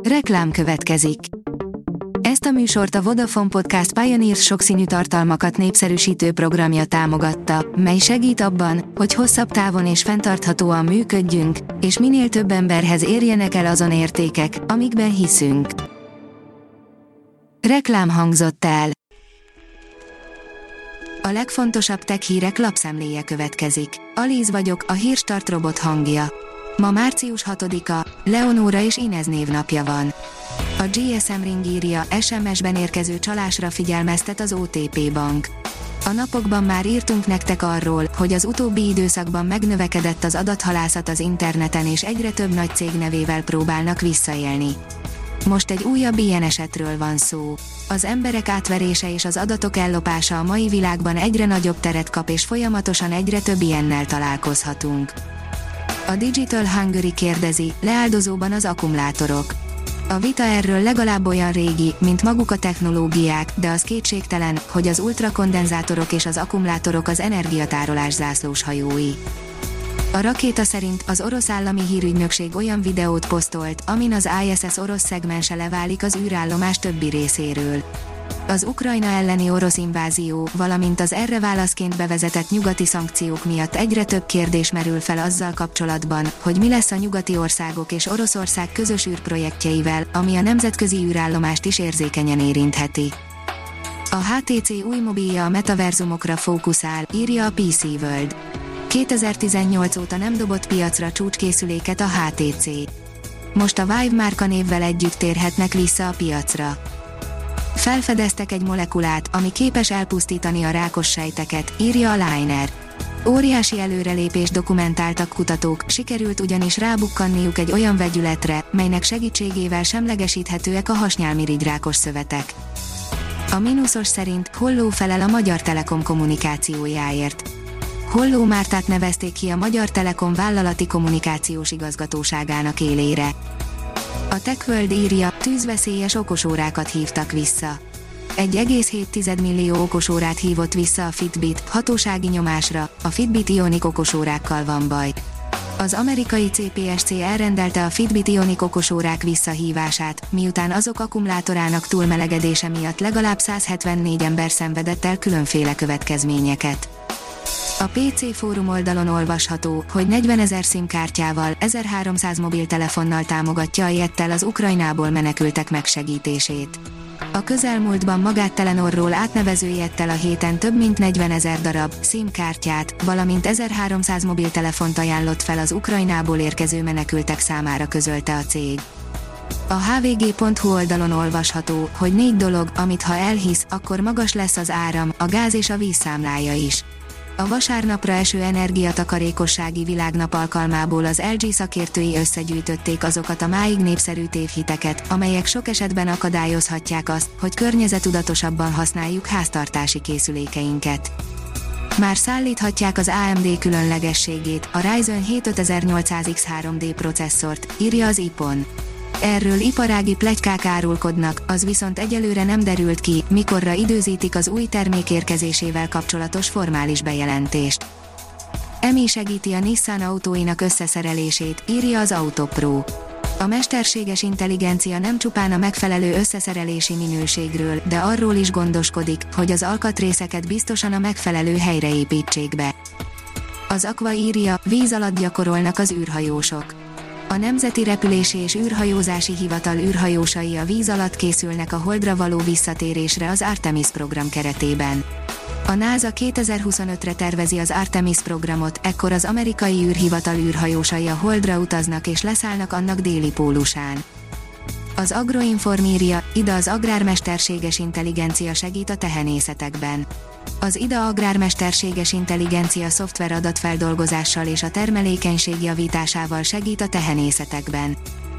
Reklám következik. Ezt a műsort a Vodafone Podcast Pioneers sokszínű tartalmakat népszerűsítő programja támogatta, mely segít abban, hogy hosszabb távon és fenntarthatóan működjünk, és minél több emberhez érjenek el azon értékek, amikben hiszünk. Reklám hangzott el. A legfontosabb tech hírek lapszemléje következik. Alíz vagyok, a Hírstart robot hangja. Ma március 6-a, Leonóra és Inez névnapja van. A GSM Ring írja, SMS-ben érkező csalásra figyelmeztet az OTP Bank. A napokban már írtunk nektek arról, hogy az utóbbi időszakban megnövekedett az adathalászat az interneten és egyre több nagy cég nevével próbálnak visszaélni. Most egy újabb ilyen esetről van szó. Az emberek átverése és az adatok ellopása a mai világban egyre nagyobb teret kap és folyamatosan egyre több ilyennel találkozhatunk. A Digital Hungary kérdezi, leáldozóban az akkumulátorok. A vita erről legalább olyan régi, mint maguk a technológiák, de az kétségtelen, hogy az ultrakondenzátorok és az akkumulátorok az energiatárolás zászlós hajói. A rakéta szerint az orosz állami hírügynökség olyan videót posztolt, amin az ISS orosz szegmense leválik az űrállomás többi részéről. Az Ukrajna elleni orosz invázió, valamint az erre válaszként bevezetett nyugati szankciók miatt egyre több kérdés merül fel azzal kapcsolatban, hogy mi lesz a nyugati országok és Oroszország közös űrprojektjeivel, ami a nemzetközi űrállomást is érzékenyen érintheti. A HTC új mobilja a metaverzumokra fókuszál, írja a PC World. 2018 óta nem dobott piacra csúcskészüléket a HTC. Most a Vive márkanévvel együtt térhetnek vissza a piacra. Felfedeztek egy molekulát, ami képes elpusztítani a rákos sejteket, írja a Liner. Óriási előrelépést dokumentáltak kutatók, sikerült ugyanis rábukkanniuk egy olyan vegyületre, melynek segítségével semlegesíthetőek a hasnyálmirigyrákos szövetek. A mínuszos szerint Holló felel a Magyar Telekom kommunikációjáért. Holló Mártát nevezték ki a Magyar Telekom vállalati kommunikációs igazgatóságának élére. A TechWorld írja, tűzveszélyes okosórákat hívtak vissza. 1,7 millió okosórát hívott vissza a Fitbit, hatósági nyomásra, a Fitbit Ionic okosórákkal van baj. Az amerikai CPSC elrendelte a Fitbit Ionic okosórák visszahívását, miután azok akkumulátorának túlmelegedése miatt legalább 174 ember szenvedett el különféle következményeket. A PC fórum oldalon olvasható, hogy 40 000 SIM-kártyával, 1300 mobiltelefonnal támogatja a Jettel az Ukrajnából menekültek megsegítését. A közelmúltban magát Telenorról átnevező Jettel a héten több mint 40 000 darab SIM-kártyát, valamint 1300 mobiltelefont ajánlott fel az Ukrajnából érkező menekültek számára, közölte a cég. A hvg.hu oldalon olvasható, hogy 4 dolog, amit ha elhisz, akkor magas lesz az áram, a gáz és a vízszámlája is. A vasárnapra eső energiatakarékossági világnap alkalmából az LG szakértői összegyűjtötték azokat a máig népszerű tévhiteket, amelyek sok esetben akadályozhatják azt, hogy környezettudatosabban használjuk háztartási készülékeinket. Már szállíthatják az AMD különlegességét, a Ryzen 7 5800X 3D processzort, írja az IPON. Erről iparági pletykák árulkodnak, az viszont egyelőre nem derült ki, mikorra időzítik az új termék érkezésével kapcsolatos formális bejelentést. EMI segíti a Nissan autóinak összeszerelését, írja az Autopro. A mesterséges intelligencia nem csupán a megfelelő összeszerelési minőségről, de arról is gondoskodik, hogy az alkatrészeket biztosan a megfelelő helyre építsék be. Az Aqua írja, víz alatt gyakorolnak az űrhajósok. A Nemzeti Repülési és űrhajózási Hivatal űrhajósai a víz alatt készülnek a Holdra való visszatérésre az Artemis program keretében. A NASA 2025-re tervezi az Artemis programot, ekkor az amerikai űrhivatal űrhajósai a Holdra utaznak és leszállnak annak déli pólusán. Az Agroinform írja, IDA az agrármesterséges intelligencia segít a tehenészetekben. Az IDA agrármesterséges intelligencia szoftver adatfeldolgozással és a termelékenység javításával segít a tehenészetekben.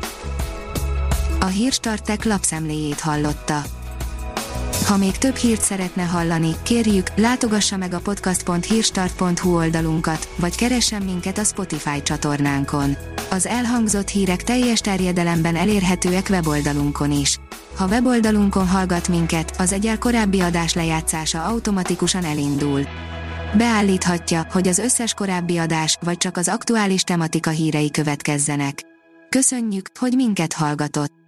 A Hírstart Tech lapszemléjét hallotta. Ha még több hírt szeretne hallani, kérjük, látogassa meg a podcast.hírstart.hu oldalunkat, vagy keressen minket a Spotify csatornánkon. Az elhangzott hírek teljes terjedelemben elérhetőek weboldalunkon is. Ha weboldalunkon hallgat minket, az egyel korábbi adás lejátszása automatikusan elindul. Beállíthatja, hogy az összes korábbi adás, vagy csak az aktuális tematika hírei következzenek. Köszönjük, hogy minket hallgatott!